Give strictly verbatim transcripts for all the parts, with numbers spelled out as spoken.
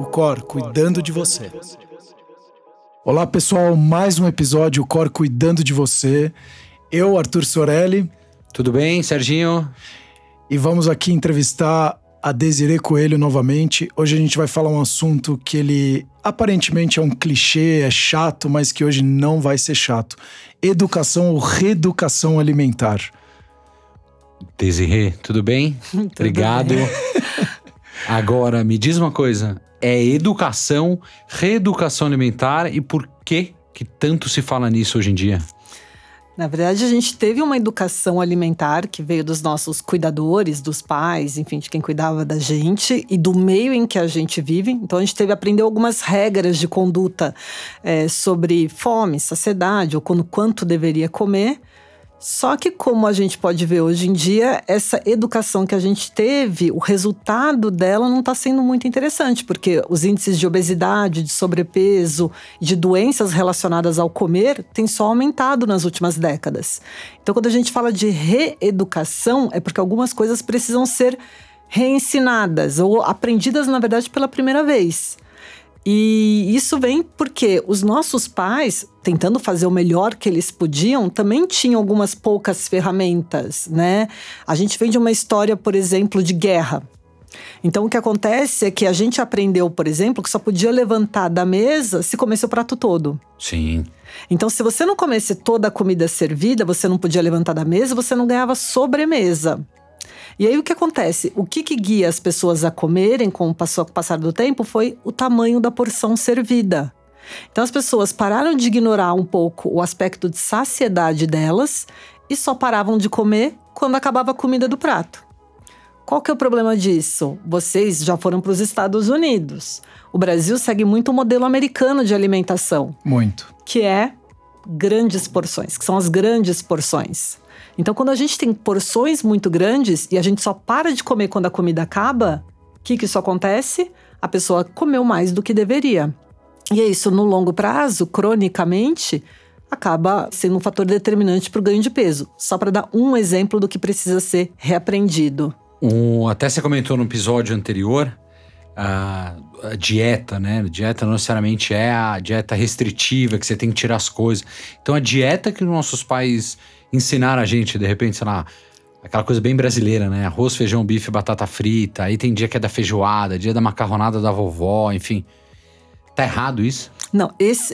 o Cor cuidando de você. Olá pessoal, mais um episódio, o Cor cuidando de você. Eu, Arthur Sorelli. Tudo bem, Serginho? E vamos aqui entrevistar a Desirê Coelho novamente. Hoje a gente vai falar um assunto que ele aparentemente é um clichê, é chato, mas que hoje não vai ser chato. Educação ou reeducação alimentar. Desirê, tudo bem? Tudo Obrigado. bem. Agora, me diz uma coisa. É educação, reeducação alimentar e por que que tanto se fala nisso hoje em dia? Na verdade, a gente teve uma educação alimentar que veio dos nossos cuidadores, dos pais, enfim, de quem cuidava da gente e do meio em que a gente vive. Então, a gente teve que aprender algumas regras de conduta é, sobre fome, saciedade, ou quando, quanto deveria comer. Só que, como a gente pode ver hoje em dia, essa educação que a gente teve, o resultado dela não está sendo muito interessante, porque os índices de obesidade, de sobrepeso, de doenças relacionadas ao comer têm só aumentado nas últimas décadas. Então, quando a gente fala de reeducação, é porque algumas coisas precisam ser reensinadas ou aprendidas, na verdade, pela primeira vez. E isso vem porque os nossos pais, tentando fazer o melhor que eles podiam, também tinham algumas poucas ferramentas, né? A gente vem de uma história, por exemplo, de guerra. Então, o que acontece é que a gente aprendeu, por exemplo, que só podia levantar da mesa se comesse o prato todo. Sim. Então, se você não comesse toda a comida servida, você não podia levantar da mesa, você não ganhava sobremesa. E aí o que acontece? O que, que guia as pessoas a comerem com o passar do tempo foi o tamanho da porção servida. Então as pessoas pararam de ignorar um pouco o aspecto de saciedade delas e só paravam de comer quando acabava a comida do prato. Qual que é o problema disso? Vocês já foram para os Estados Unidos. O Brasil segue muito o modelo americano de alimentação. Muito. Que é grandes porções, que são as grandes porções. Então, quando a gente tem porções muito grandes e a gente só para de comer quando a comida acaba, o que que isso acontece? A pessoa comeu mais do que deveria. E é isso, no longo prazo, cronicamente, acaba sendo um fator determinante para o ganho de peso. Só para dar um exemplo do que precisa ser reaprendido. Um, até você comentou no episódio anterior, a, a dieta, né? A dieta não necessariamente é a dieta restritiva, que você tem que tirar as coisas. Então, a dieta que nossos pais ensinaram a gente, de repente, sei lá, aquela coisa bem brasileira, né? Arroz, feijão, bife, batata frita. Aí tem dia que é da feijoada, dia da macarronada da vovó, enfim. Tá errado isso? Não, esse...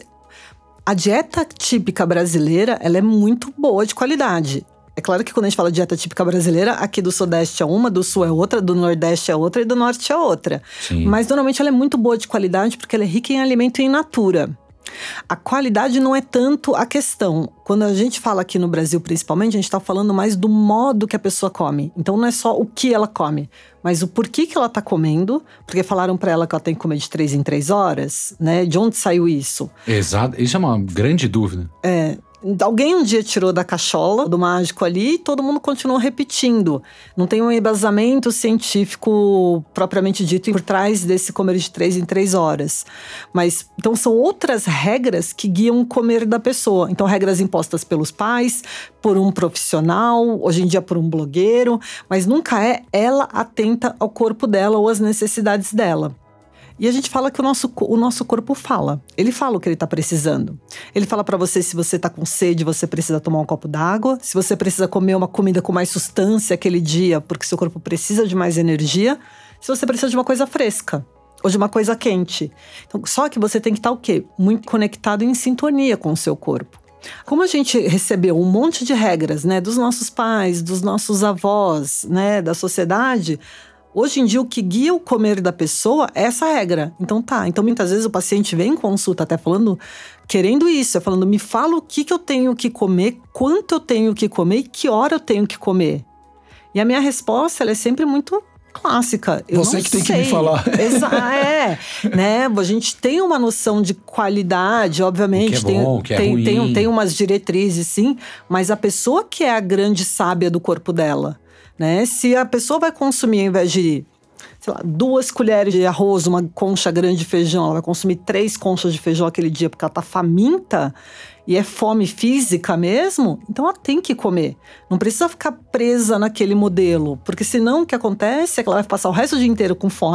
A dieta típica brasileira, ela é muito boa de qualidade. É claro que quando a gente fala dieta típica brasileira, aqui do Sudeste é uma, do Sul é outra, do Nordeste é outra e do Norte é outra. Sim. Mas normalmente ela é muito boa de qualidade porque ela é rica em alimento e in natura. A qualidade não é tanto a questão. Quando a gente fala aqui no Brasil, principalmente, a gente está falando mais do modo que a pessoa come. Então não é só o que ela come, mas o porquê que ela está comendo. Porque falaram para ela que ela tem que comer de três em três horas, né? De onde saiu isso? Exato, isso é uma grande dúvida. É... Alguém um dia tirou da cachola do mágico ali e todo mundo continuou repetindo. Não tem um embasamento científico propriamente dito por trás desse comer de três em três horas. Mas, então são outras regras que guiam o comer da pessoa. Então, regras impostas pelos pais, por um profissional, hoje em dia por um blogueiro. Mas nunca é ela atenta ao corpo dela ou às necessidades dela. E a gente fala que o nosso, o nosso corpo fala. Ele fala o que ele está precisando. Ele fala para você se você está com sede, você precisa tomar um copo d'água. Se você precisa comer uma comida com mais sustância aquele dia, porque seu corpo precisa de mais energia. Se você precisa de uma coisa fresca ou de uma coisa quente. Então, só que você tem que estar o quê? Muito conectado e em sintonia com o seu corpo. Como a gente recebeu um monte de regras, né, dos nossos pais, dos nossos avós, né, da sociedade... Hoje em dia, o que guia o comer da pessoa é essa regra. Então tá, então muitas vezes o paciente vem em consulta até falando, querendo isso, falando, me fala o que, que eu tenho que comer, quanto eu tenho que comer e que hora eu tenho que comer. E a minha resposta, ela é sempre muito clássica. Eu Você não que tem sei. que me falar. Exa- é, né? A gente tem uma noção de qualidade, obviamente. O que é bom, o que é tem, ruim. tem, tem umas diretrizes, sim, mas a pessoa que é a grande sábia do corpo dela, né? Se a pessoa vai consumir, ao invés de, sei lá, duas colheres de arroz, uma concha grande de feijão, ela vai consumir três conchas de feijão aquele dia porque ela tá faminta e é fome física mesmo, então ela tem que comer. Não precisa ficar presa naquele modelo, porque senão o que acontece é que ela vai passar o resto do dia inteiro com fome,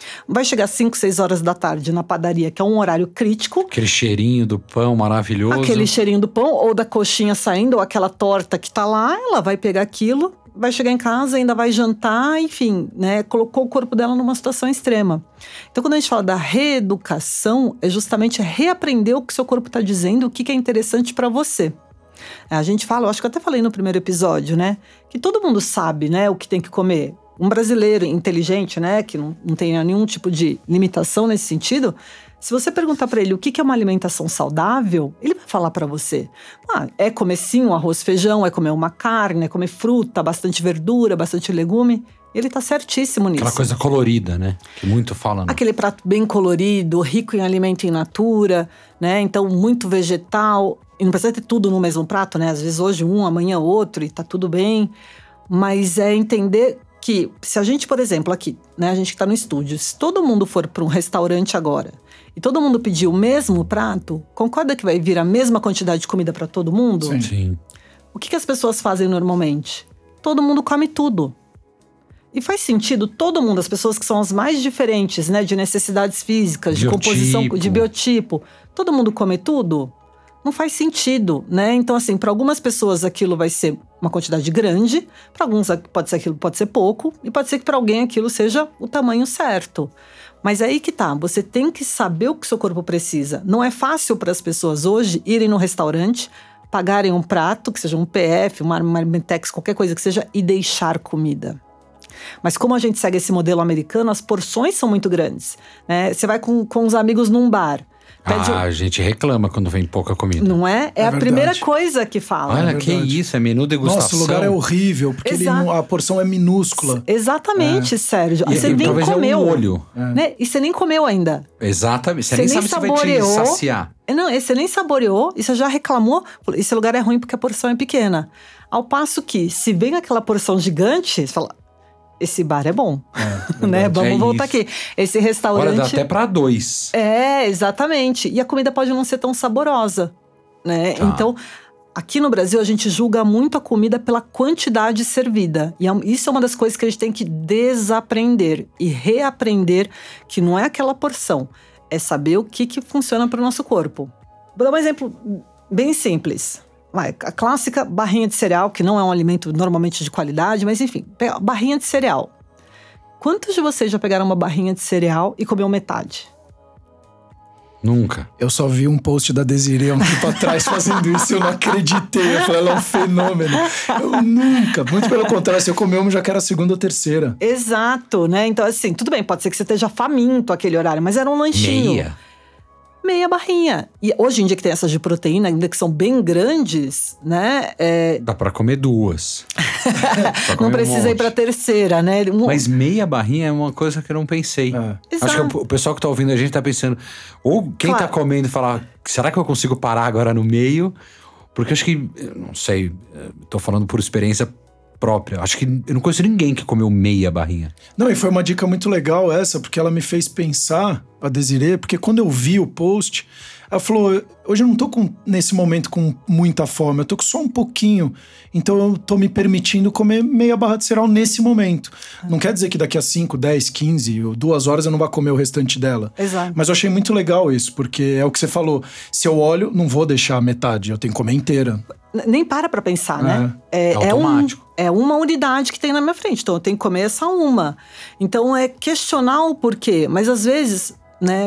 Vai chegar cinco, seis horas da tarde na padaria, que é um horário crítico. Aquele cheirinho do pão maravilhoso. Aquele cheirinho do pão, ou da coxinha saindo, ou aquela torta que tá lá, ela vai pegar aquilo, vai chegar em casa, ainda vai jantar, enfim, né? Colocou o corpo dela numa situação extrema. Então, quando a gente fala da reeducação, é justamente reaprender o que o seu corpo tá dizendo, o que, que é interessante para você. A gente fala, eu acho que eu até falei no primeiro episódio, né? Que todo mundo sabe, né, o que tem que comer. Um brasileiro inteligente, né, que não, não tem nenhum tipo de limitação nesse sentido, se você perguntar para ele o que é uma alimentação saudável, ele vai falar para você. Ah, é comer sim um arroz, feijão, é comer uma carne, é comer fruta, bastante verdura, bastante legume. Ele tá certíssimo nisso. Aquela coisa colorida, né? Que muito fala. Né? Aquele prato bem colorido, rico em alimento in natura, né? Então, muito vegetal. E não precisa ter tudo no mesmo prato, né? Às vezes hoje um, amanhã outro e tá tudo bem. Mas é entender que se a gente, por exemplo, aqui, né? A gente que tá no estúdio, se todo mundo for para um restaurante agora e todo mundo pedir o mesmo prato, concorda que vai vir a mesma quantidade de comida para todo mundo? Sim. Sim. O que, que as pessoas fazem normalmente? Todo mundo come tudo. E faz sentido todo mundo, as pessoas que são as mais diferentes, né? De necessidades físicas, Biotipo. de composição, de biotipo. Todo mundo come tudo? Não faz sentido, né? Então, assim, para algumas pessoas aquilo vai ser uma quantidade grande, para alguns pode ser aquilo, pode ser pouco, e pode ser que para alguém aquilo seja o tamanho certo. Mas aí que tá, você tem que saber o que o seu corpo precisa. Não é fácil para as pessoas hoje irem no restaurante, pagarem um prato, que seja um P F, uma Marmitex, qualquer coisa que seja, e deixar comida. Mas como a gente segue esse modelo americano, as porções são muito grandes, né? Você vai com, com os amigos num bar. Ah, um... a gente reclama quando vem pouca comida. Não é? É, é a verdade. Primeira coisa que fala. Olha, é que isso, é menu degustação. Nossa, o lugar é horrível, porque ele não, a porção é minúscula. Exatamente, é. Sérgio. E, você e, nem talvez comeu. É um olho. É. Né? E você nem comeu ainda. Exatamente. Você, você nem, nem sabe saboreou. Se vai te saciar. Não, você nem saboreou e você já reclamou. Esse lugar é ruim porque a porção é pequena. Ao passo que, se vem aquela porção gigante, você fala... Esse bar é bom, é, né? Vamos é voltar isso. aqui. Esse restaurante… Olha, dá até pra dois. É, exatamente. E a comida pode não ser tão saborosa, né? Tá. Então, aqui no Brasil, a gente julga muito a comida pela quantidade servida. E isso é uma das coisas que a gente tem que desaprender e reaprender, que não é aquela porção. É saber o que, que funciona para o nosso corpo. Vou dar um exemplo bem simples. Vai, a clássica barrinha de cereal, que não é um alimento normalmente de qualidade, mas enfim, barrinha de cereal. Quantos de vocês já pegaram uma barrinha de cereal e comeu metade? Nunca. Eu só vi um post da Desiree um tempo atrás fazendo isso e eu não acreditei. Eu falei, ela é um fenômeno. Eu nunca. Muito pelo contrário, se eu comer uma, já quero a segunda ou terceira. Exato, né? Então, assim, tudo bem, pode ser que você esteja faminto aquele horário, mas era um lanchinho. Meia. Meia barrinha. E hoje em dia que tem essas de proteína, ainda que são bem grandes, né? É... Dá pra comer duas. pra comer não precisa um ir pra terceira, né? Um... Mas meia barrinha é uma coisa que eu não pensei. É. Acho que o pessoal que tá ouvindo a gente tá pensando… Ou quem claro. tá comendo fala… Será que eu consigo parar agora no meio? Porque eu acho que… Não sei, tô falando por experiência própria. Acho que eu não conheço ninguém que comeu meia barrinha. Não, e foi uma dica muito legal essa, porque ela me fez pensar, a Desiree, porque quando eu vi o post, ela falou, hoje eu não tô com, nesse momento com muita fome, eu tô com só um pouquinho, então eu tô me permitindo comer meia barra de cereal nesse momento. Não quer dizer que daqui a cinco, dez, quinze, ou duas horas eu não vou comer o restante dela. Exato. Mas eu achei muito legal isso, porque é o que você falou, se eu olho, não vou deixar a metade, eu tenho que comer inteira. Nem para pra pensar, né? É, é automático. É, um, é uma unidade que tem na minha frente, então eu tenho que comer essa uma. Então é questionar o porquê, mas às vezes, né,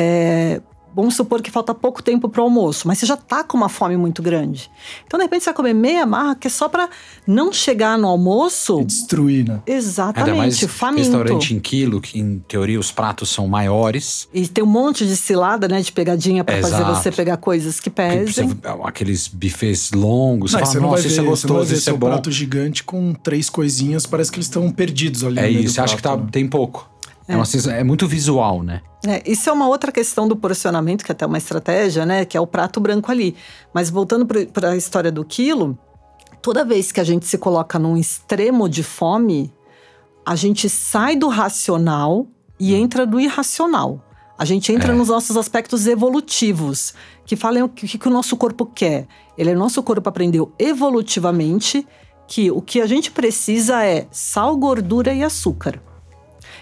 é, vamos supor que falta pouco tempo pro almoço, mas você já tá com uma fome muito grande. Então, de repente, você vai comer meia barra, que é só pra não chegar no almoço… E destruir, né? Exatamente, Ainda mais faminto. restaurante em quilo, que em teoria os pratos são maiores. E tem um monte de cilada, né, de pegadinha pra Exato. fazer você pegar coisas que pesem. Você, aqueles buffets longos, Não, você você fala, não vai nossa, ver, isso é você não vai gostoso, ver isso é seu bom. prato gigante com três coisinhas, parece que eles estão perdidos ali É no meio isso, do você acha que tá, prato, né? tem pouco. É. É, uma, é muito visual, né? É, isso é uma outra questão do porcionamento, que é até uma estratégia, né? Que é o prato branco ali. Mas voltando para a história do quilo, toda vez que a gente se coloca num extremo de fome, a gente sai do racional e entra no irracional. A gente entra é. nos nossos aspectos evolutivos, que falam o que, que o nosso corpo quer. Ele, o nosso corpo aprendeu evolutivamente que o que a gente precisa é sal, gordura e açúcar.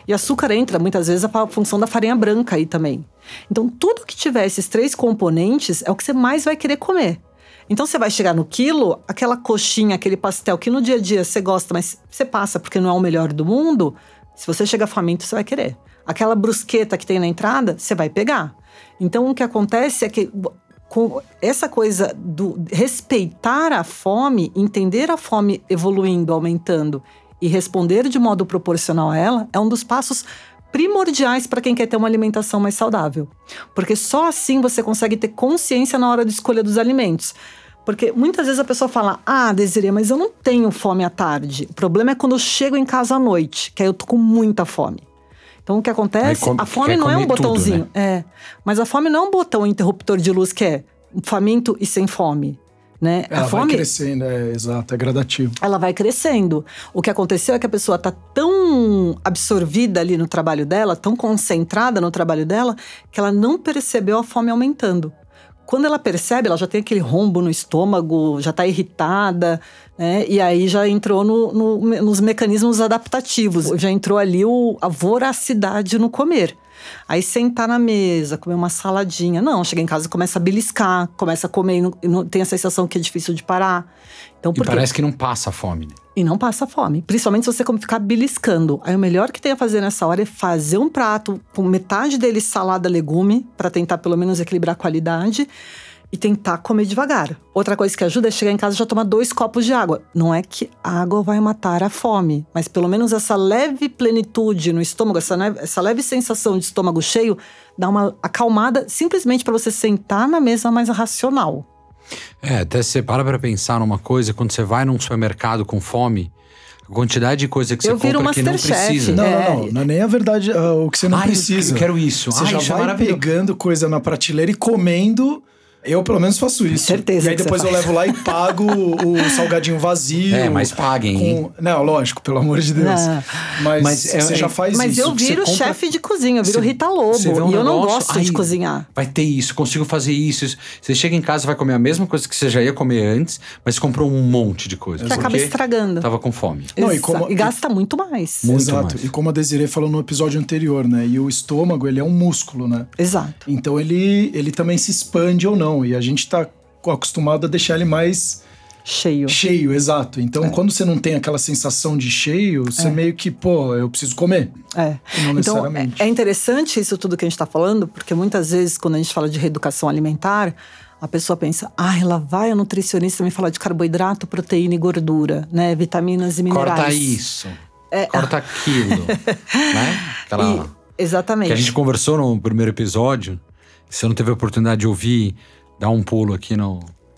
E açúcar entra, muitas vezes, a função da farinha branca aí também. Então, tudo que tiver esses três componentes é o que você mais vai querer comer. Então, você vai chegar no quilo, aquela coxinha, aquele pastel que no dia a dia você gosta, mas você passa porque não é o melhor do mundo. Se você chegar faminto, você vai querer. Aquela brusqueta que tem na entrada, você vai pegar. Então, o que acontece é que com essa coisa do respeitar a fome, entender a fome evoluindo, aumentando e responder de modo proporcional a ela, é um dos passos primordiais para quem quer ter uma alimentação mais saudável. Porque só assim você consegue ter consciência na hora de escolha dos alimentos. Porque muitas vezes a pessoa fala, ah, Desirê, mas eu não tenho fome à tarde. O problema é quando eu chego em casa à noite, que aí eu tô com muita fome. Então o que acontece, come, a fome não é um botãozinho. Tudo, né? É, mas a fome não é um botão interruptor de luz que é faminto e sem fome. Né? Ela a fome, vai crescendo, é exato, é gradativo. Ela vai crescendo. O que aconteceu é que a pessoa está tão absorvida ali no trabalho dela, tão concentrada no trabalho dela, que ela não percebeu a fome aumentando. Quando ela percebe, ela já tem aquele rombo no estômago, já está irritada, né? E aí já entrou no, no, nos mecanismos adaptativos. Já entrou ali o, a voracidade no comer. Aí sentar na mesa, comer uma saladinha. Não, chega em casa e começa a beliscar, começa a comer e não, e não, tem a sensação que é difícil de parar. Então, e parece que não passa fome, né? E não passa fome. Principalmente se você ficar beliscando. Aí o melhor que tem a fazer nessa hora é fazer um prato com metade dele salada, legume, para tentar pelo menos equilibrar a qualidade. E tentar comer devagar. Outra coisa que ajuda é chegar em casa e já tomar dois copos de água. Não é que a água vai matar a fome, mas pelo menos essa leve plenitude no estômago, essa, né, essa leve sensação de estômago cheio, dá uma acalmada simplesmente para você sentar na mesa mais racional. É, até você para pra pensar numa coisa, quando você vai num supermercado com fome, a quantidade de coisa que você eu compra que não precisa. Não, é. não, não, não é nem a verdade uh, o que você não Ai, precisa. Eu quero isso. Você Ai, já isso é vai maravilhoso. pegando coisa na prateleira e comendo. Eu, pelo menos, faço isso. Certeza. E aí depois eu faz. levo lá e pago o salgadinho vazio. É, mas paguem, com... hein? Não, lógico, pelo amor de Deus. Não. Mas, Mas é- você já é- faz Mas isso. eu viro compra- chefe de cozinha, eu viro Você- Rita Lobo. você vê um e eu não negócio, gosto ai, de cozinhar. Vai ter isso, consigo fazer isso, isso. Você chega em casa e vai comer a mesma coisa que você já ia comer antes, mas comprou um monte de coisa. Que acaba porque estragando. Tava com fome. Não, e Exa- como- e gasta muito mais. Muito Exato. mais. E como a Desirê falou no episódio anterior, né? E o estômago, ele é um músculo, né? Exato. Então ele, ele também se expande ou não. E a gente tá acostumado a deixar ele mais Cheio. cheio, exato. Então, É. quando você não tem aquela sensação de cheio, você É. meio que, pô, eu preciso comer. É. E não Então, necessariamente. é é interessante isso tudo que a gente está falando, porque muitas vezes, quando a gente fala de reeducação alimentar, a pessoa pensa, ah, ela vai a nutricionista me falar de carboidrato, proteína e gordura, né? Vitaminas e minerais. Corta isso. Corta aquilo. Né? Aquela... E- exatamente. Que a gente conversou no primeiro episódio. Se você não teve a oportunidade de ouvir, dá um pulo aqui no,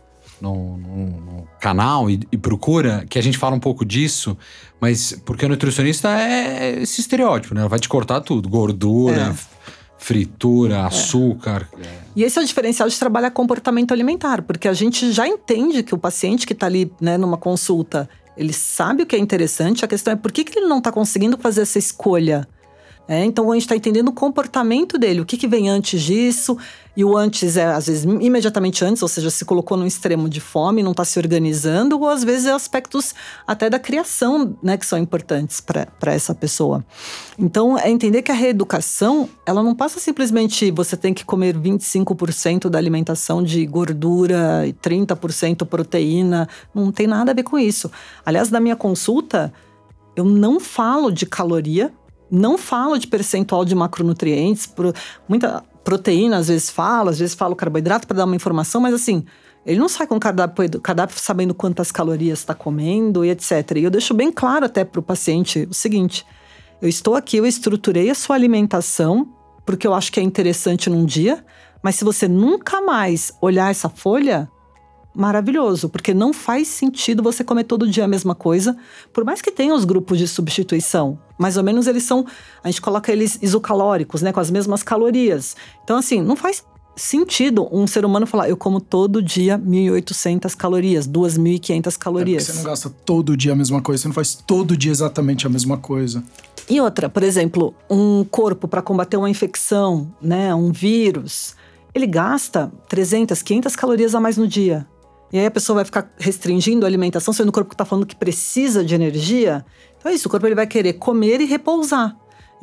no, no, no canal e, e procura, que a gente fala um pouco disso, mas porque o nutricionista é esse estereótipo, né? Ela vai te cortar tudo, gordura, É. fritura, açúcar. E esse é o diferencial de trabalhar comportamento alimentar, porque a gente já entende que o paciente que está ali, né, numa consulta, ele sabe o que é interessante, a questão é por que, que ele não está conseguindo fazer essa escolha. É, então a gente está entendendo o comportamento dele, o que, que vem antes disso, e o antes é às vezes imediatamente antes, ou seja, se colocou num extremo de fome, não está se organizando, ou às vezes é aspectos até da criação, né, que são importantes para essa pessoa. Então é entender que a reeducação, ela não passa simplesmente você tem que comer vinte e cinco por cento da alimentação de gordura e trinta por cento proteína, não tem nada a ver com isso. Aliás, na minha consulta, eu não falo de caloria, não falo de percentual de macronutrientes, pro, muita proteína às vezes falo, às vezes falo carboidrato para dar uma informação, mas assim, ele não sai com o cardápio, cardápio sabendo quantas calorias está comendo e etcétera. E eu deixo bem claro até para o paciente o seguinte, eu estou aqui, eu estruturei a sua alimentação porque eu acho que é interessante num dia, mas se você nunca mais olhar essa folha, maravilhoso, porque não faz sentido você comer todo dia a mesma coisa, por mais que tenha os grupos de substituição, mais ou menos eles são, a gente coloca eles isocalóricos, né, com as mesmas calorias. Então assim, não faz sentido um ser humano falar, eu como todo dia mil e oitocentas calorias, duas mil e quinhentas calorias. É porque você não gasta todo dia a mesma coisa, você não faz todo dia exatamente a mesma coisa. E outra, por exemplo, um corpo para combater uma infecção, né, um vírus, ele gasta trezentas, quinhentas calorias a mais no dia. E aí a pessoa vai ficar restringindo a alimentação, sendo o corpo que está falando que precisa de energia. Então é isso, o corpo ele vai querer comer e repousar.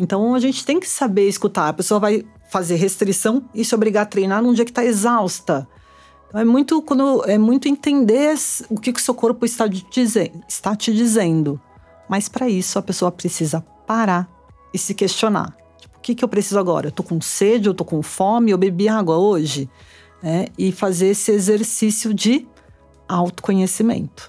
Então a gente tem que saber escutar. A pessoa vai fazer restrição e se obrigar a treinar num dia que está exausta. Então é muito, quando, é muito entender o que, que o seu corpo está, dizer, está te dizendo. Mas para isso a pessoa precisa parar e se questionar. Tipo, o que, que eu preciso agora? Eu tô com sede, eu tô com fome, eu bebi água hoje? É, e fazer esse exercício de autoconhecimento.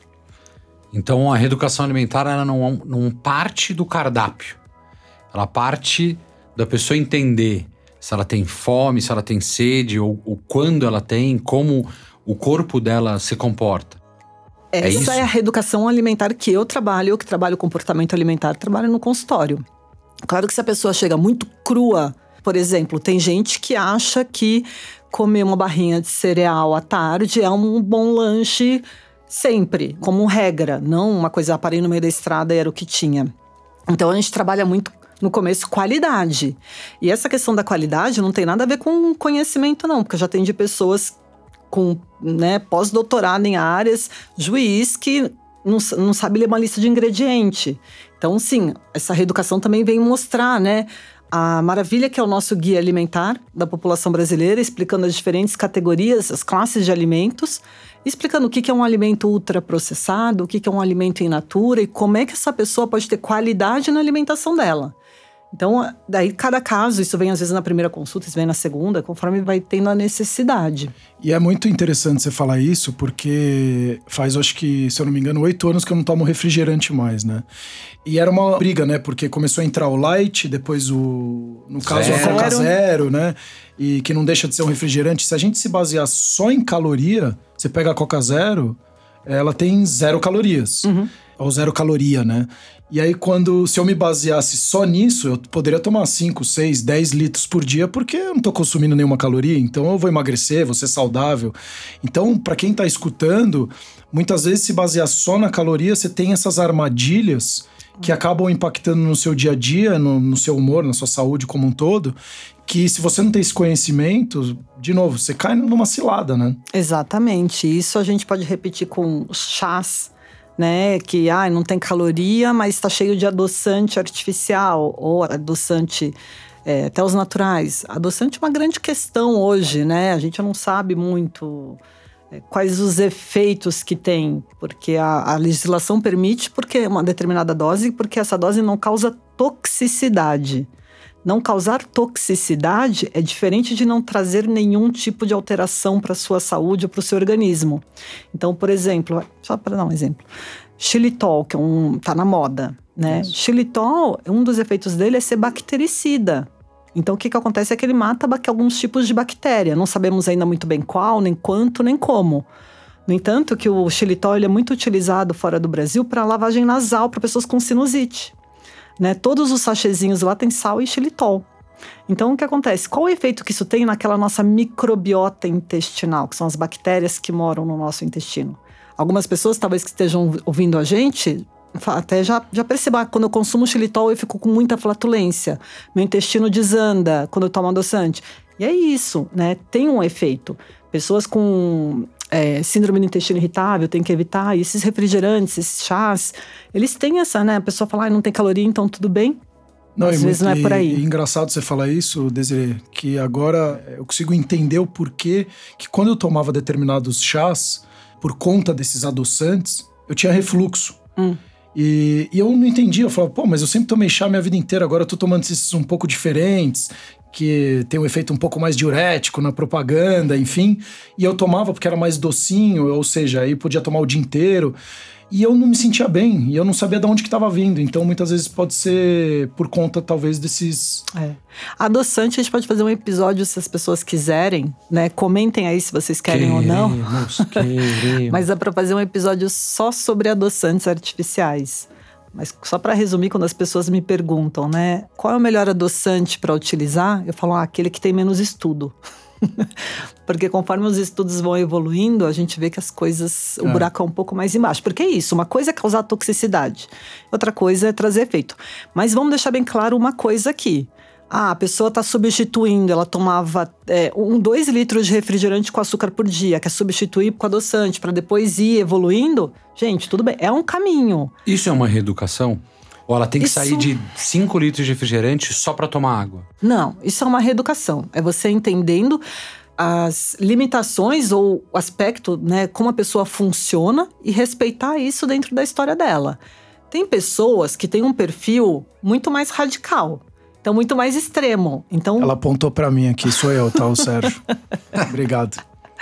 Então a reeducação alimentar, ela não, não parte do cardápio. Ela parte da pessoa entender se ela tem fome, se ela tem sede, ou, ou quando ela tem, como o corpo dela se comporta. Essa é, isso? é a reeducação alimentar que eu trabalho, eu que trabalho comportamento alimentar, trabalho no consultório. Claro que se a pessoa chega muito crua, por exemplo, tem gente que acha que comer uma barrinha de cereal à tarde é um bom lanche sempre, como regra. Não uma coisa, parei no meio da estrada e era o que tinha. Então a gente trabalha muito no começo qualidade. E essa questão da qualidade não tem nada a ver com conhecimento não, porque eu já atendi pessoas com, né, pós-doutorado em áreas, juiz que não, não sabe ler uma lista de ingrediente. Então, sim, essa reeducação também vem mostrar, né, a maravilha que é o nosso guia alimentar da população brasileira, explicando as diferentes categorias, as classes de alimentos, explicando o que é um alimento ultraprocessado, o que é um alimento in natura e como é que essa pessoa pode ter qualidade na alimentação dela. Então, daí cada caso, isso vem às vezes na primeira consulta, isso vem na segunda, conforme vai tendo a necessidade. E é muito interessante você falar isso, porque faz, acho que, se eu não me engano, oito anos que eu não tomo refrigerante mais, né? E era uma briga, né? Porque começou a entrar o light, depois o... no caso, Zero. a Coca Zero, né? E que não deixa de ser um refrigerante. Se a gente se basear só em caloria, você pega a Coca Zero, ela tem zero calorias. Uhum. Ou zero caloria, né? E aí, quando, se eu me baseasse só nisso, eu poderia tomar cinco, seis, dez litros por dia, porque eu não tô consumindo nenhuma caloria, então eu vou emagrecer, vou ser saudável. Então, para quem tá escutando, muitas vezes se basear só na caloria, você tem essas armadilhas que acabam impactando no seu dia a dia, no, no seu humor, na sua saúde como um todo, que se você não tem esse conhecimento, de novo, você cai numa cilada, né? Exatamente. Isso a gente pode repetir com os chás, né, que ah, não tem caloria, mas está cheio de adoçante artificial ou adoçante, é, até os naturais. Adoçante é uma grande questão hoje, né? A gente não sabe muito é, quais os efeitos que tem, porque a, a legislação permite porque uma determinada dose, porque essa dose não causa toxicidade. Não causar toxicidade é diferente de não trazer nenhum tipo de alteração para a sua saúde ou para o seu organismo. Então, por exemplo, só para dar um exemplo, xilitol, que é um, tá na moda, né? Isso. Xilitol, um dos efeitos dele é ser bactericida. Então, o que, que acontece é que ele mata alguns tipos de bactéria. Não sabemos ainda muito bem qual, nem quanto, nem como. No entanto, que o xilitol ele é muito utilizado fora do Brasil para lavagem nasal para pessoas com sinusite. Né? Todos os sachezinhos lá tem sal e xilitol. Então, o que acontece? Qual o efeito que isso tem naquela nossa microbiota intestinal, que são as bactérias que moram no nosso intestino? Algumas pessoas, talvez que estejam ouvindo a gente, até já, já percebam, quando eu consumo xilitol eu fico com muita flatulência, meu intestino desanda quando eu tomo adoçante. E é isso, né? Tem um efeito. Pessoas com é, síndrome do intestino irritável têm que evitar. E esses refrigerantes, esses chás, eles têm essa, né? A pessoa fala, ah, não tem caloria, então tudo bem. Não, Às e vezes muito, não é por aí. E, e engraçado você falar isso, Desirê, que agora eu consigo entender o porquê que quando eu tomava determinados chás, por conta desses adoçantes, eu tinha refluxo. Hum. E, e eu não entendia, eu falava, pô, mas eu sempre tomei chá minha vida inteira, agora eu tô tomando esses um pouco diferentes, que tem um efeito um pouco mais diurético na propaganda, enfim. E eu tomava porque era mais docinho, ou seja, aí podia tomar o dia inteiro. E eu não me sentia bem, e eu não sabia de onde que estava vindo. Então, muitas vezes pode ser por conta, talvez, desses... É. Adoçante, a gente pode fazer um episódio, se as pessoas quiserem, né? Comentem aí se vocês querem queremos, ou não. Queremos. Mas dá para fazer um episódio só sobre adoçantes artificiais. Mas só para resumir, quando as pessoas me perguntam, né? Qual é o melhor adoçante para utilizar? Eu falo, ah, aquele que tem menos estudo. Porque conforme os estudos vão evoluindo, a gente vê que as coisas, o é. buraco é um pouco mais embaixo. Porque é isso, uma coisa é causar toxicidade, outra coisa é trazer efeito. Mas vamos deixar bem claro uma coisa aqui. Ah, a pessoa está substituindo, ela tomava é, um, dois litros de refrigerante com açúcar por dia, quer substituir com adoçante para depois ir evoluindo. Gente, tudo bem, é um caminho. Isso é uma reeducação? Ou ela tem que Isso- sair de cinco litros de refrigerante só pra tomar água? Não, isso é uma reeducação. É você entendendo as limitações ou o aspecto, né, como a pessoa funciona e respeitar isso dentro da história dela. Tem pessoas que têm um perfil muito mais radical, então muito mais extremo. Então, Ela apontou pra mim aqui, sou eu, tá, o Sérgio? Obrigado.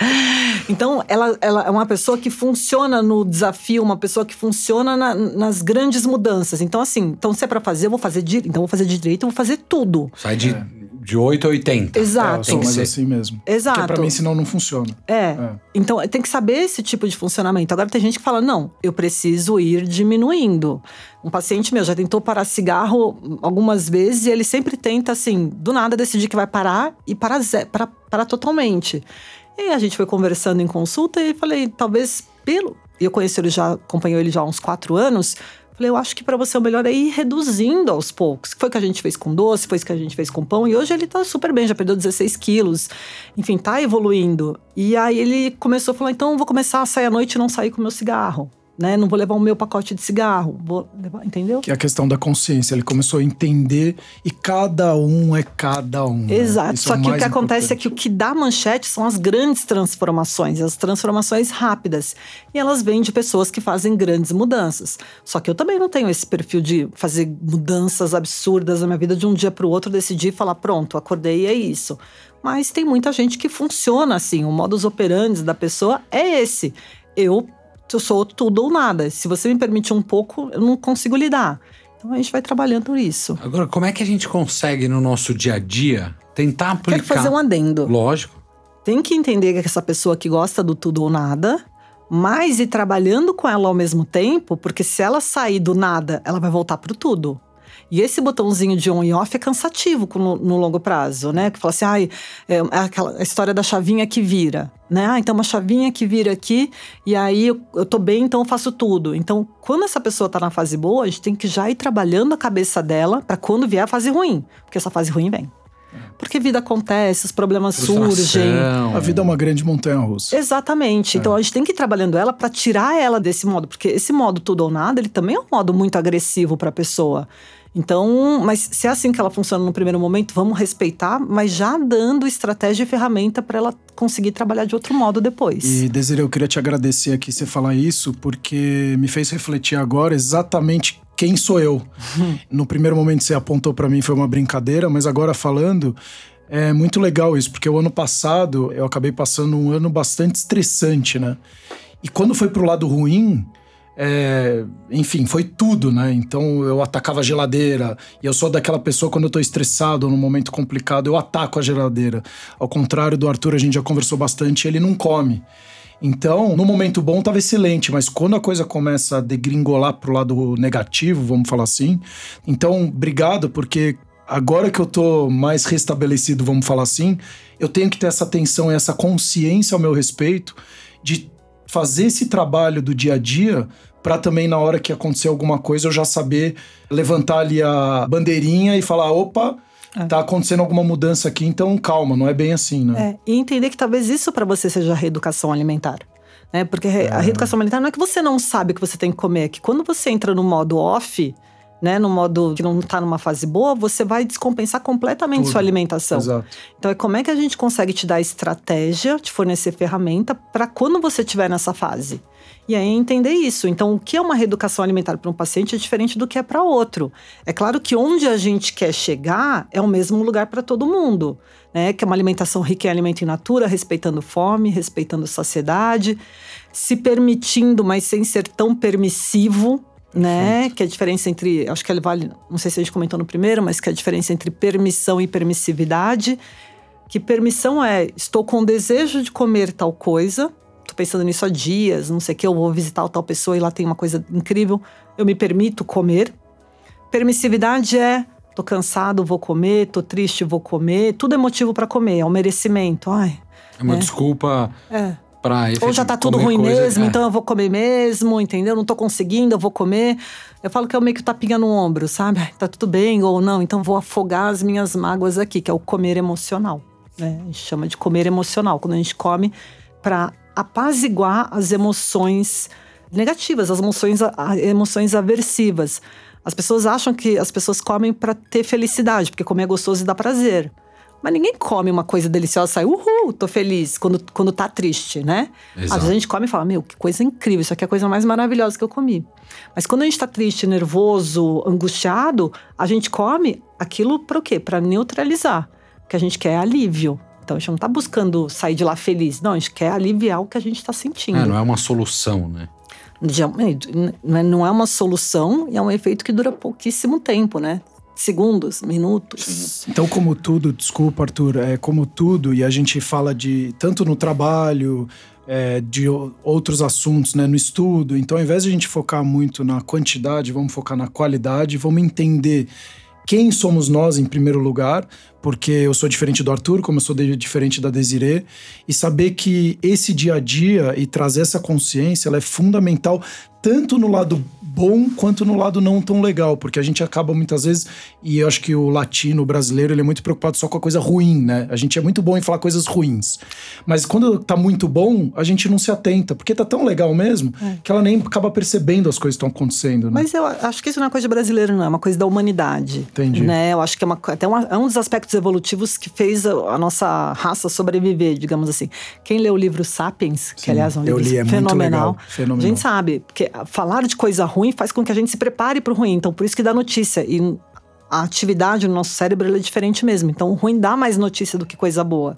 então ela, ela é uma pessoa que funciona no desafio, uma pessoa que funciona na- nas grandes mudanças. Então, assim, então se é pra fazer, eu vou fazer direito. Então, eu vou fazer direito, eu vou fazer tudo. Sai de, de oito a oitenta. É, eu Exato. sou que mais ser. assim mesmo. Exato. Porque pra mim, senão não funciona. É. É. Então, tem que saber esse tipo de funcionamento. Agora, tem gente que fala, não, eu preciso ir diminuindo. Um paciente meu já tentou parar cigarro algumas vezes e ele sempre tenta, assim, do nada decidir que vai parar e parar, ze- parar, parar totalmente. E aí a gente foi conversando em consulta e falei, talvez pelo… E eu conheço ele já, acompanho ele já há uns quatro anos… Falei, eu acho que pra você o melhor é ir reduzindo aos poucos. Foi o que a gente fez com doce, foi o que a gente fez com pão. E hoje ele tá super bem, já perdeu dezesseis quilos. Enfim, tá evoluindo. E aí ele começou a falar, então eu vou começar a sair à noite e não sair com o meu cigarro. Né? Não vou levar o meu pacote de cigarro. Vou levar, entendeu? Que é a questão da consciência. Ele começou a entender e cada um é cada um. né? Exato. Isso Só é o que o mais que acontece importante. é que o que dá manchete são as grandes transformações, as transformações rápidas. E elas vêm de pessoas que fazem grandes mudanças. Só que eu também não tenho esse perfil de fazer mudanças absurdas na minha vida de um dia para o outro, decidir e falar, pronto, acordei e é isso. Mas tem muita gente que funciona assim. O modus operandi da pessoa é esse. Eu Eu sou tudo ou nada. Se você me permite um pouco, eu não consigo lidar. Então a gente vai trabalhando isso. Agora, como é que a gente consegue no nosso dia a dia tentar aplicar? Quero fazer um adendo. Lógico. Tem que entender que essa pessoa que gosta do tudo ou nada, mas ir trabalhando com ela ao mesmo tempo, porque se ela sair do nada, ela vai voltar pro tudo. E esse botãozinho de on e off é cansativo no, no longo prazo, né? Que fala assim, ai, é aquela a história da chavinha que vira, né? Ah, então uma chavinha que vira aqui, e aí eu, eu tô bem, então eu faço tudo. Então, quando essa pessoa tá na fase boa, a gente tem que já ir trabalhando a cabeça dela pra quando vier a fase ruim. Porque essa fase ruim vem. Porque vida acontece, os problemas surgem. Frustração. A vida é uma grande montanha-russa. Exatamente. Então a gente tem que ir trabalhando ela pra tirar ela desse modo. Porque esse modo tudo ou nada, ele também é um modo muito agressivo pra pessoa. Então, mas se é assim que ela funciona no primeiro momento, vamos respeitar, mas já dando estratégia e ferramenta para ela conseguir trabalhar de outro modo depois. E, Desirê, eu queria te agradecer aqui você falar isso, porque me fez refletir agora exatamente quem sou eu. Uhum. No primeiro momento você apontou para mim, foi uma brincadeira, mas agora falando, é muito legal isso, porque o ano passado eu acabei passando um ano bastante estressante, né? E quando foi pro lado ruim… É, enfim, foi tudo, né? Então eu atacava a geladeira. E eu sou daquela pessoa, quando eu tô estressado ou num momento complicado, eu ataco a geladeira. Ao contrário do Arthur, a gente já conversou bastante, ele não come. Então, no momento bom tava excelente, mas quando a coisa começa a degringolar pro lado negativo, vamos falar assim. Então, obrigado, porque agora que eu tô mais restabelecido, vamos falar assim, eu tenho que ter essa atenção e essa consciência ao meu respeito de fazer esse trabalho do dia a dia para também, na hora que acontecer alguma coisa, eu já saber levantar ali a bandeirinha e falar, opa, é. tá acontecendo alguma mudança aqui, então calma, não é bem assim, né? É, e entender que talvez isso para você seja a reeducação alimentar. Né? Porque é. a reeducação alimentar não é que você não sabe o que você tem que comer, é que quando você entra no modo off, né, no modo que não tá numa fase boa, você vai descompensar completamente Tudo. sua alimentação. Exato. Então é como é que a gente consegue te dar estratégia, te fornecer ferramenta para quando você estiver nessa fase. E aí entender isso. Então o que é uma reeducação alimentar para um paciente é diferente do que é para outro. É claro que onde a gente quer chegar é o mesmo lugar para todo mundo, né? Que é uma alimentação rica em alimento in natura, respeitando fome, respeitando saciedade, se permitindo, mas sem ser tão permissivo, né? Que é a diferença entre, acho que ele vale, não sei se a gente comentou no primeiro, mas que é a diferença entre permissão e permissividade. Que permissão é, estou com desejo de comer tal coisa, tô pensando nisso há dias, não sei o que, eu vou visitar tal pessoa e lá tem uma coisa incrível, eu me permito comer. Permissividade é, tô cansado, vou comer, tô triste, vou comer, tudo é motivo para comer, é um merecimento. Ai, é uma né? desculpa… É. Pra Ou já tá tudo ruim coisa, mesmo, é. então eu vou comer mesmo, entendeu? Não tô conseguindo, eu vou comer. Eu falo que é meio que tapinha no ombro, sabe? Ai, tá tudo bem, ou não, então vou afogar as minhas mágoas aqui, que é o comer emocional, né? A gente chama de comer emocional, quando a gente come pra apaziguar as emoções negativas, as emoções, as emoções aversivas. As pessoas acham que as pessoas comem para ter felicidade, porque comer é gostoso e dá prazer. Mas ninguém come uma coisa deliciosa e sai, uhul, tô feliz, quando, quando tá triste, né? Exato. Às vezes a gente come e fala, meu, que coisa incrível, isso aqui é a coisa mais maravilhosa que eu comi. Mas quando a gente tá triste, nervoso, angustiado, a gente come aquilo para o quê? Para neutralizar. Porque a gente quer alívio. Então a gente não tá buscando sair de lá feliz. Não, a gente quer aliviar o que a gente tá sentindo. É, não é uma solução, né? Não é uma solução e é um efeito que dura pouquíssimo tempo, né? Segundos, minutos. Então, como tudo, desculpa, Arthur, é como tudo, e a gente fala de tanto no trabalho, é, de outros assuntos, né, no estudo. Então, ao invés de a gente focar muito na quantidade, vamos focar na qualidade, vamos entender quem somos nós em primeiro lugar, porque eu sou diferente do Arthur, como eu sou diferente da Desirê, e saber que esse dia a dia e trazer essa consciência, ela é fundamental tanto no lado bom quanto no lado não tão legal, porque a gente acaba muitas vezes, e eu acho que o latino, o brasileiro, ele é muito preocupado só com a coisa ruim, né? A gente é muito bom em falar coisas ruins, mas quando tá muito bom, a gente não se atenta, porque tá tão legal mesmo, é. que ela nem acaba percebendo as coisas que estão acontecendo, né? Mas eu acho que isso não é uma coisa de brasileiro, não, é uma coisa da humanidade. Entendi. Né? Eu acho que é, uma, até uma, é um dos aspectos evolutivos que fez a, a nossa raça sobreviver, digamos assim. Quem lê o livro Sapiens, que Sim, aliás é um livro li, é fenomenal, fenomenal, a gente sabe, porque falar de coisa ruim faz com que a gente se prepare para o ruim, então por isso que dá notícia. E a atividade no nosso cérebro ela é diferente mesmo, então o ruim dá mais notícia do que coisa boa.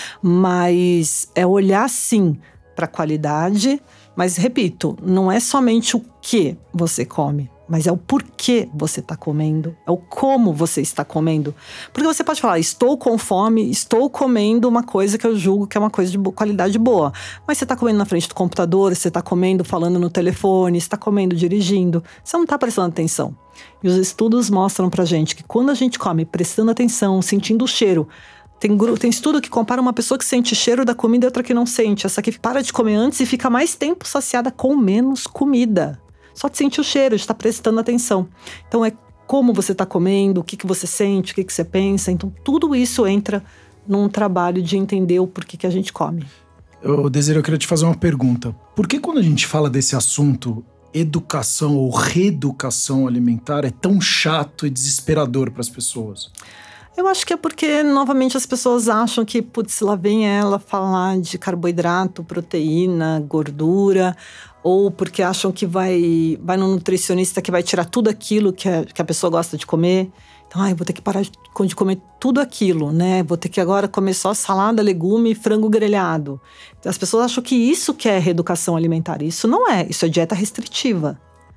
Mas é olhar sim para a qualidade, mas repito, não é somente o que você come, mas é o porquê você está comendo, é o como você está comendo. Porque você pode falar, estou com fome, estou comendo uma coisa que eu julgo que é uma coisa de qualidade boa. Mas você está comendo na frente do computador, você está comendo falando no telefone, você está comendo dirigindo, você não está prestando atenção. E os estudos mostram pra gente que quando a gente come prestando atenção, sentindo o cheiro, Tem, tem estudo que compara uma pessoa que sente cheiro da comida e outra que não sente. Essa que para de comer antes e fica mais tempo saciada com menos comida. Só de sentir o cheiro, de estar prestando atenção. Então é como você está comendo, o que, que você sente, o que, que você pensa. Então tudo isso entra num trabalho de entender o porquê que a gente come. Eu, Desirê, eu queria te fazer uma pergunta. Por que quando a gente fala desse assunto, educação ou reeducação alimentar, é tão chato e desesperador para as pessoas? Eu acho que é porque, novamente, as pessoas acham que, putz, lá vem ela falar de carboidrato, proteína, gordura, ou porque acham que vai, vai no nutricionista que vai tirar tudo aquilo que a, que a pessoa gosta de comer. Então, ai, vou ter que parar de, de comer tudo aquilo, né? Vou ter que agora comer só salada, legume e frango grelhado. As pessoas acham que isso que é reeducação alimentar. Isso não é, isso é dieta restritiva.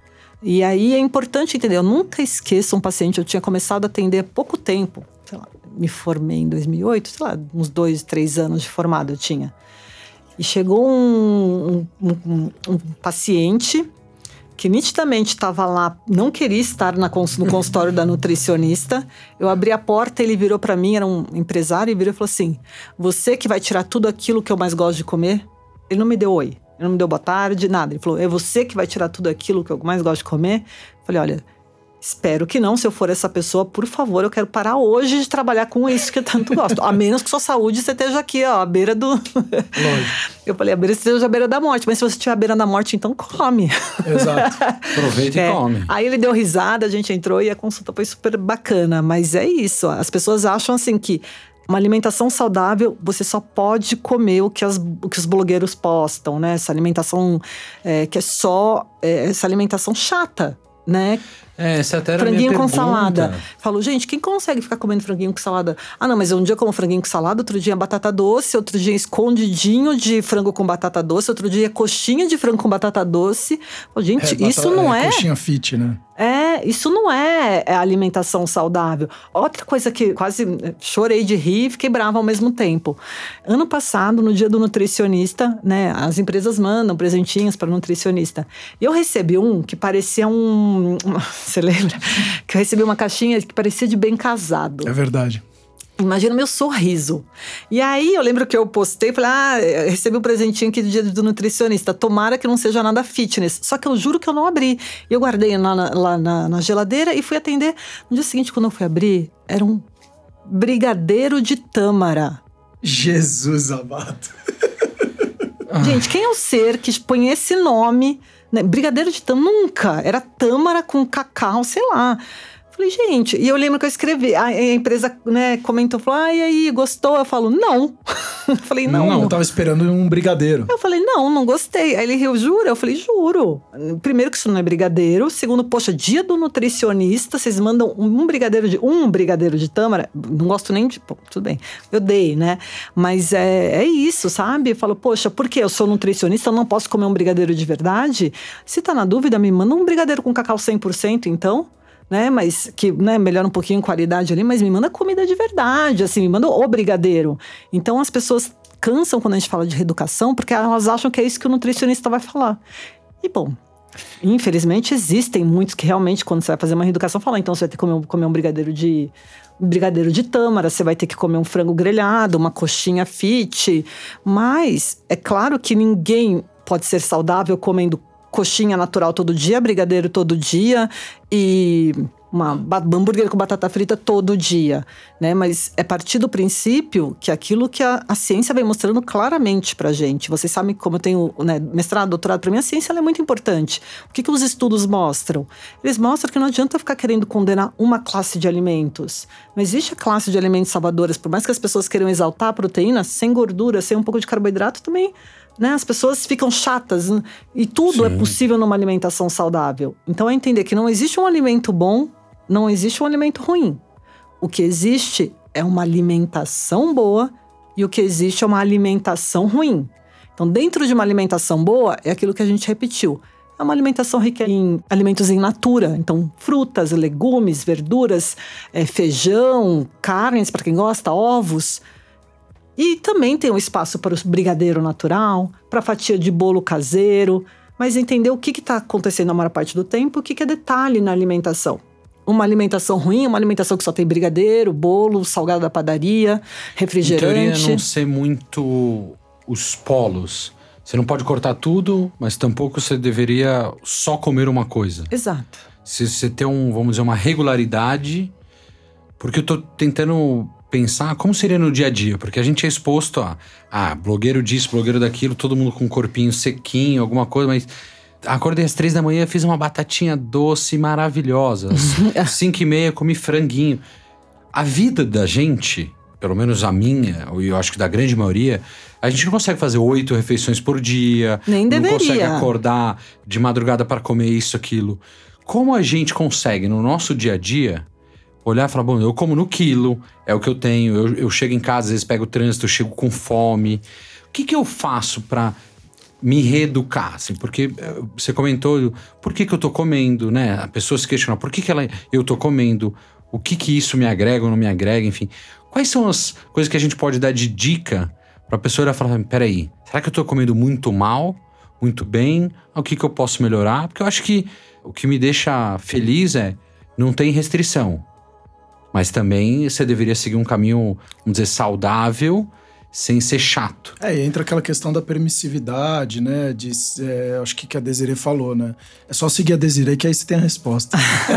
E aí é importante entender, eu nunca esqueço um paciente, eu tinha começado a atender há pouco tempo, sei lá, me formei em dois mil e oito, sei lá, uns dois, três anos de formado eu tinha. E chegou um, um, um, um paciente que nitidamente estava lá, não queria estar na, no consultório da nutricionista. Eu abri a porta, ele virou para mim, era um empresário, e virou e falou assim, você que vai tirar tudo aquilo que eu mais gosto de comer? Ele não me deu oi. Ele não me deu boa tarde, nada. Ele falou, é você que vai tirar tudo aquilo que eu mais gosto de comer? Eu falei, olha, espero que não. Se eu for essa pessoa, por favor, eu quero parar hoje de trabalhar com isso que eu tanto gosto. A menos que sua saúde você esteja aqui, ó, à beira do... Lógico. Eu falei, a beira você esteja à beira da morte. Mas se você estiver à beira da morte, então come. Exato. Aproveita é. e come. Aí ele deu risada, a gente entrou e a consulta foi super bacana. Mas é isso, as pessoas acham assim que uma alimentação saudável, você só pode comer o que, as, o que os blogueiros postam, né? Essa alimentação é, que é só é, essa alimentação chata, né? É, essa até era franguinho a minha com pergunta. salada. Falo, gente, quem consegue ficar comendo franguinho com salada? Ah, não, mas um dia eu como franguinho com salada, outro dia batata doce, outro dia escondidinho de frango com batata doce, outro dia coxinha de frango com batata doce. Falo, gente, é, isso batata, não é... é... Coxinha fit, né? É, isso não é, é alimentação saudável. Outra coisa que quase chorei de rir e fiquei brava ao mesmo tempo. Ano passado, no dia do nutricionista, né, as empresas mandam presentinhos para nutricionista. E eu recebi um que parecia um... Você lembra? Que eu recebi uma caixinha que parecia de bem casado. É verdade. Imagina o meu sorriso. E aí, eu lembro que eu postei, falei, ah, eu recebi um presentinho aqui do dia do nutricionista. Tomara que não seja nada fitness. Só que eu juro que eu não abri. E eu guardei lá na, lá na, na geladeira e fui atender. No dia seguinte, quando eu fui abrir, era um brigadeiro de tâmara. Jesus amado. Gente, quem é o ser que põe esse nome Né? Brigadeiro de tâmara, nunca. Era tâmara com cacau, sei lá. Falei, gente, e eu lembro que eu escrevi, a, a empresa, né, comentou, falou, ah, e aí, gostou? Eu falo, não. Eu falei, não. Não, eu tava esperando um brigadeiro. Eu falei, não, não gostei. Aí ele riu, jura? Eu falei, juro. Primeiro que isso não é brigadeiro. Segundo, poxa, dia do nutricionista, vocês mandam um brigadeiro de, um brigadeiro de tâmara. Não gosto nem de, pô, tudo bem, eu dei, né? Mas é, é isso, sabe? Eu falo, poxa, por que eu sou nutricionista, eu não posso comer um brigadeiro de verdade? Se tá na dúvida, me manda um brigadeiro com cacau cem por cento, então... Né, mas que né, melhora um pouquinho a qualidade ali, mas me manda comida de verdade, assim, me manda o brigadeiro. Então as pessoas cansam quando a gente fala de reeducação, porque elas acham que é isso que o nutricionista vai falar. E bom, infelizmente existem muitos que realmente, quando você vai fazer uma reeducação, falam, então você vai ter que comer um, comer um brigadeiro de um brigadeiro de tâmara, você vai ter que comer um frango grelhado, uma coxinha fit. Mas é claro que ninguém pode ser saudável comendo coxinha natural todo dia, brigadeiro todo dia e uma hambúrguer com batata frita todo dia, né? Mas é partir do princípio que aquilo que a, a ciência vem mostrando claramente pra gente. Vocês sabem como eu tenho né, mestrado, doutorado, pra mim a ciência ela é muito importante. O que, que os estudos mostram? Eles mostram que não adianta ficar querendo condenar uma classe de alimentos. Não existe a classe de alimentos salvadores, por mais que as pessoas queiram exaltar a proteína, sem gordura, sem um pouco de carboidrato também. Né? As pessoas ficam chatas e tudo Sim. é possível numa alimentação saudável. Então é entender que não existe um alimento bom, não existe um alimento ruim. O que existe é uma alimentação boa e o que existe é uma alimentação ruim. Então dentro de uma alimentação boa é aquilo que a gente repetiu. É uma alimentação rica em alimentos em natura. Então frutas, legumes, verduras, é, feijão, carnes para quem gosta, ovos. E também tem um espaço para o brigadeiro natural, para a fatia de bolo caseiro, mas entender o que está acontecendo na maior parte do tempo, o que, que é detalhe na alimentação. Uma alimentação ruim, uma alimentação que só tem brigadeiro, bolo, salgado da padaria, refrigerante. Em teoria, não ser muito os polos. Você não pode cortar tudo, mas tampouco você deveria só comer uma coisa. Exato. Se você tem, um, vamos dizer, uma regularidade, porque eu tô tentando pensar como seria no dia a dia, porque a gente é exposto a, ah, blogueiro disso, blogueiro daquilo, todo mundo com um corpinho sequinho, alguma coisa, mas acordei às três da manhã, fiz uma batatinha doce maravilhosa, às cinco e meia comi franguinho. A vida da gente, pelo menos a minha, e eu acho que da grande maioria, a gente não consegue fazer oito refeições por dia, nem deveria. Não consegue acordar de madrugada para comer isso, aquilo. Como a gente consegue, no nosso dia a dia, olhar e falar, bom, eu como no quilo, é o que eu tenho, eu, eu chego em casa, às vezes pego o trânsito, eu chego com fome. O que que eu faço pra me reeducar, assim? Porque você comentou, por que que eu tô comendo, né? A pessoa se questiona, por que que ela, eu tô comendo? O que que isso me agrega ou não me agrega, enfim. Quais são as coisas que a gente pode dar de dica pra pessoa olhar e falar, peraí, será que eu tô comendo muito mal, muito bem? O que que eu posso melhorar? Porque eu acho que o que me deixa feliz é, não tem restrição. Mas também você deveria seguir um caminho, vamos dizer, saudável, sem ser chato. É, e entra aquela questão da permissividade, né? De, é, acho que que a Desirê falou, né? É só seguir a Desirê que aí você tem a resposta.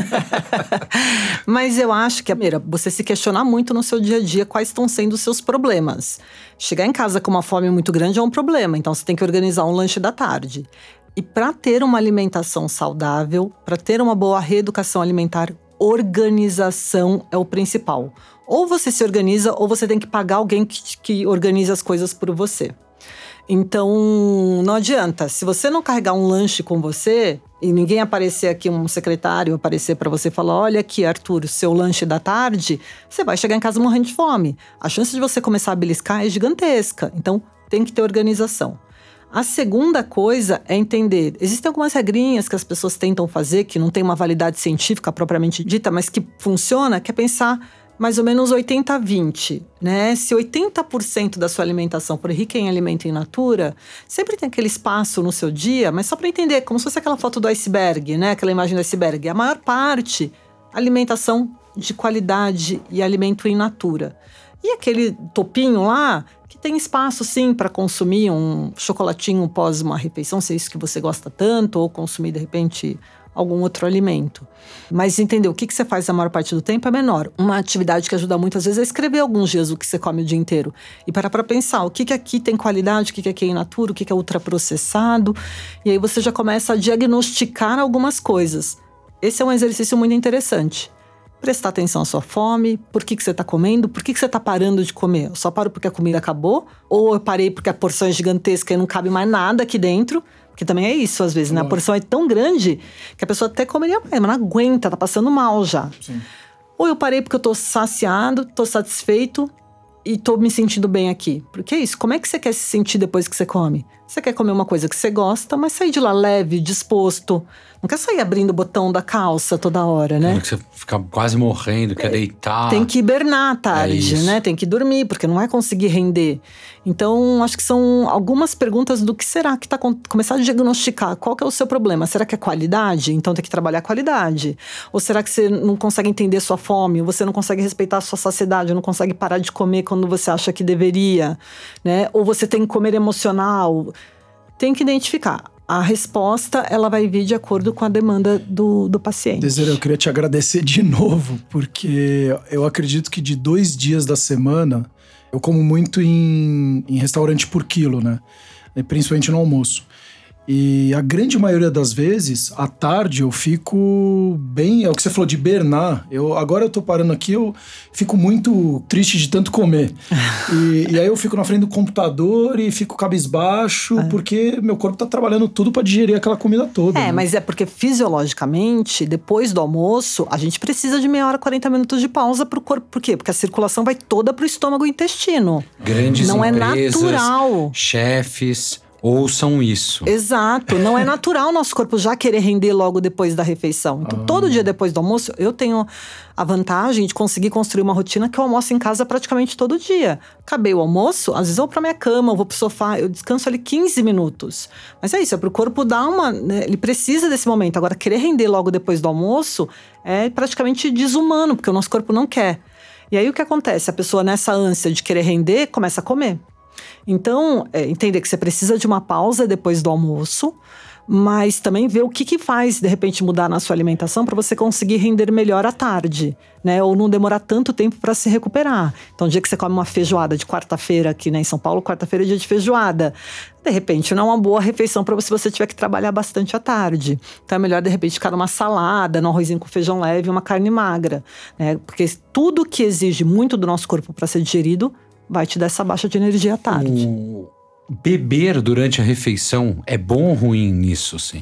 Mas eu acho que, primeiro, você se questionar muito no seu dia a dia quais estão sendo os seus problemas. Chegar em casa com uma fome muito grande é um problema, então você tem que organizar um lanche da tarde. E para ter uma alimentação saudável, para ter uma boa reeducação alimentar, organização é o principal. Ou você se organiza, ou você tem que pagar alguém que, que organize as coisas por você. Então, não adianta. Se você não carregar um lanche com você, e ninguém aparecer aqui, um secretário aparecer para você e falar, olha aqui, Arthur, o seu lanche da tarde, você vai chegar em casa morrendo de fome. A chance de você começar a beliscar é gigantesca. Então, tem que ter organização. A segunda coisa é entender, existem algumas regrinhas que as pessoas tentam fazer, que não tem uma validade científica propriamente dita, mas que funciona, que é pensar mais ou menos oitenta a vinte, né? Se oitenta por cento da sua alimentação for rica em alimento in natura, sempre tem aquele espaço no seu dia, mas só para entender, como se fosse aquela foto do iceberg, né? Aquela imagem do iceberg. A maior parte, alimentação de qualidade e alimento in natura. E aquele topinho lá, que tem espaço sim para consumir um chocolatinho pós uma refeição, se é isso que você gosta tanto, ou consumir de repente algum outro alimento. Mas entender o que, que você faz a maior parte do tempo é menor. Uma atividade que ajuda muito às vezes é escrever alguns dias o que você come o dia inteiro. E parar para pensar o que, que aqui tem qualidade, o que, que aqui é in natura, o que, que é ultraprocessado. E aí você já começa a diagnosticar algumas coisas. Esse é um exercício muito interessante. Prestar atenção à sua fome, por que, que você está comendo, por que, que você está parando de comer. Eu só paro porque a comida acabou? Ou eu parei porque a porção é gigantesca e não cabe mais nada aqui dentro? Porque também é isso, às vezes, né? A porção é tão grande que a pessoa até comeria mais, mas não aguenta, tá passando mal já. Sim. Ou eu parei porque eu tô saciado, tô satisfeito e tô me sentindo bem aqui. Porque é isso, como é que você quer se sentir depois que você come? Você quer comer uma coisa que você gosta, mas sair de lá leve, disposto. Não quer sair abrindo o botão da calça toda hora, né? Que você fica quase morrendo, quer deitar. Tem que hibernar à tarde, É né? Tem que dormir, porque não vai conseguir render. Então, acho que são algumas perguntas do que será que está... Começar a diagnosticar qual que é o seu problema. Será que é qualidade? Então tem que trabalhar a qualidade. Ou será que você não consegue entender sua fome? Ou você não consegue respeitar a sua saciedade? Ou não consegue parar de comer quando você acha que deveria? Né? Ou você tem que comer emocional? Tem que identificar. A resposta, ela vai vir de acordo com a demanda do, do paciente. Desirê, eu queria te agradecer de novo, porque eu acredito que de dois dias da semana, eu como muito em, em restaurante por quilo, né? Principalmente no almoço. E a grande maioria das vezes, à tarde, eu fico bem... É o que você falou de hibernar. Eu, agora eu tô parando aqui, eu fico muito triste de tanto comer. e, e aí eu fico na frente do computador e fico cabisbaixo, é. porque meu corpo tá trabalhando tudo pra digerir aquela comida toda. É, né? mas é porque fisiologicamente, depois do almoço, a gente precisa de meia hora, quarenta minutos de pausa pro corpo. Por quê? Porque a circulação vai toda pro estômago e intestino. Grandes Não empresas, é natural. chefes... ouçam isso. Exato, não é natural o nosso corpo já querer render logo depois da refeição. Então, ah. todo dia depois do almoço, eu tenho a vantagem de conseguir construir uma rotina que eu almoço em casa praticamente todo dia. Acabei o almoço, às vezes eu vou pra minha cama, eu vou pro sofá, eu descanso ali quinze minutos. Mas é isso, é pro corpo dar uma... Né, ele precisa desse momento. Agora, querer render logo depois do almoço é praticamente desumano, porque o nosso corpo não quer. E aí, o que acontece? A pessoa, nessa ânsia de querer render, começa a comer. Então, é, entender que você precisa de uma pausa depois do almoço, mas também ver o que, que faz, de repente, mudar na sua alimentação para você conseguir render melhor à tarde, né? Ou não demorar tanto tempo para se recuperar. Então, o dia que você come uma feijoada de quarta-feira aqui, né, em São Paulo, quarta-feira é dia de feijoada. De repente, não é uma boa refeição para você se você tiver que trabalhar bastante à tarde. Então, é melhor, de repente, ficar numa salada, num arrozinho com feijão leve, uma carne magra, né? Porque tudo que exige muito do nosso corpo para ser digerido vai te dar essa baixa de energia à tarde. O beber durante a refeição é bom ou ruim nisso, sim?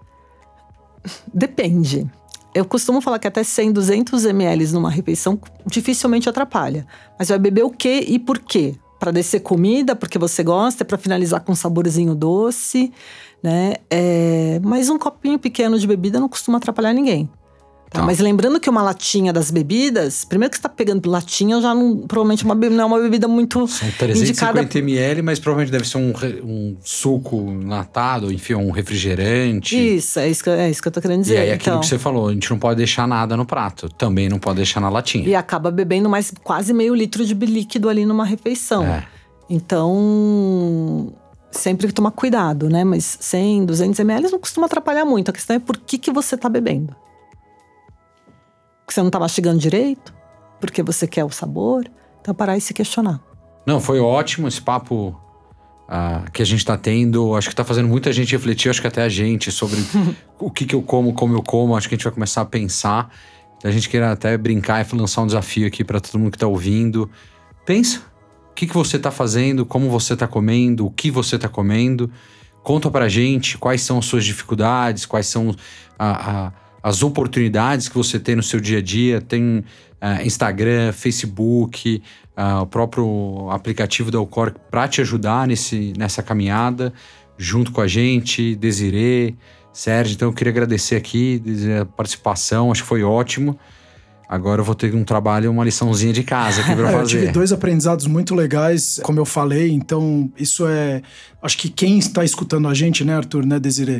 Depende. Eu costumo falar que até cem, duzentos mililitros numa refeição dificilmente atrapalha. Mas vai beber o quê e por quê? Para descer comida, porque você gosta, é para finalizar com um saborzinho doce, né? É... Mas um copinho pequeno de bebida não costuma atrapalhar ninguém. Tá, mas lembrando que uma latinha das bebidas, primeiro que você tá pegando latinha, já não, provavelmente uma, não é uma bebida muito São trezentos e cinquenta indicada. mililitros, mas provavelmente deve ser um, um suco enlatado, enfim, um refrigerante. Isso, é isso, que, é isso que eu tô querendo dizer. E aí aquilo então. que você falou, a gente não pode deixar nada no prato, também não pode deixar na latinha. E acaba bebendo mais quase meio litro de líquido ali numa refeição. É. Então... sempre que tomar cuidado, né? Mas cem, duzentos mililitros não costuma atrapalhar muito. A questão é por que, que você tá bebendo. Porque você não tá mastigando direito? Porque você quer o sabor? Então, parar e se questionar. Não, foi ótimo esse papo uh, que a gente tá tendo. Acho que tá fazendo muita gente refletir, acho que até a gente, sobre o que que eu como, como eu como. Acho que a gente vai começar a pensar. A gente queira até brincar e lançar um desafio aqui para todo mundo que tá ouvindo. Pensa, o que que você tá fazendo, como você tá comendo, o que você tá comendo. Conta pra gente quais são as suas dificuldades, quais são a... a as oportunidades que você tem no seu dia a dia. Tem uh, Instagram, Facebook, uh, o próprio aplicativo da Alcor para te ajudar nesse, nessa caminhada, junto com a gente, Desirê, Sérgio. Então eu queria agradecer aqui a participação, acho que foi ótimo. Agora eu vou ter um trabalho, uma liçãozinha de casa aqui para fazer. Eu tive dois aprendizados muito legais, como eu falei. Então isso é... acho que quem está escutando a gente, né, Arthur, né, Desirê?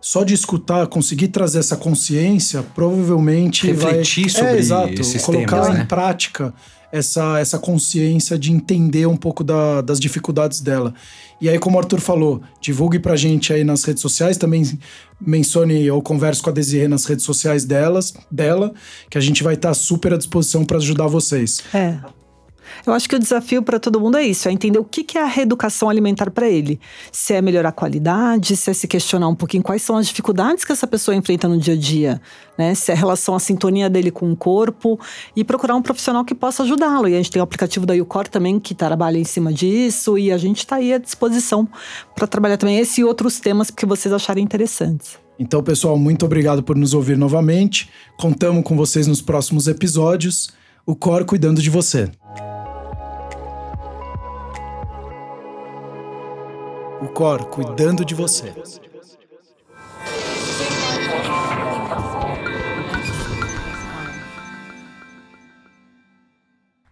só de escutar, conseguir trazer essa consciência, provavelmente refletir vai... sobre é, exato, esses colocar temas, né? em prática essa, essa consciência de entender um pouco da, das dificuldades dela. E aí, como o Arthur falou, divulgue pra gente aí nas redes sociais, também mencione ou converse com a Desirê nas redes sociais delas, dela, que a gente vai estar super à disposição para ajudar vocês. É. Eu acho que o desafio para todo mundo é isso, é entender o que é a reeducação alimentar para ele. Se é melhorar a qualidade, se é se questionar um pouquinho quais são as dificuldades que essa pessoa enfrenta no dia a dia, né? Se é a relação, a sintonia dele com o corpo, e procurar um profissional que possa ajudá-lo. E a gente tem o aplicativo da YouCore também que trabalha em cima disso, e a gente está aí à disposição para trabalhar também esse e outros temas que vocês acharem interessantes. Então, pessoal, muito obrigado por nos ouvir novamente. Contamos com vocês nos próximos episódios. O Core cuidando de você. O Core cuidando de você.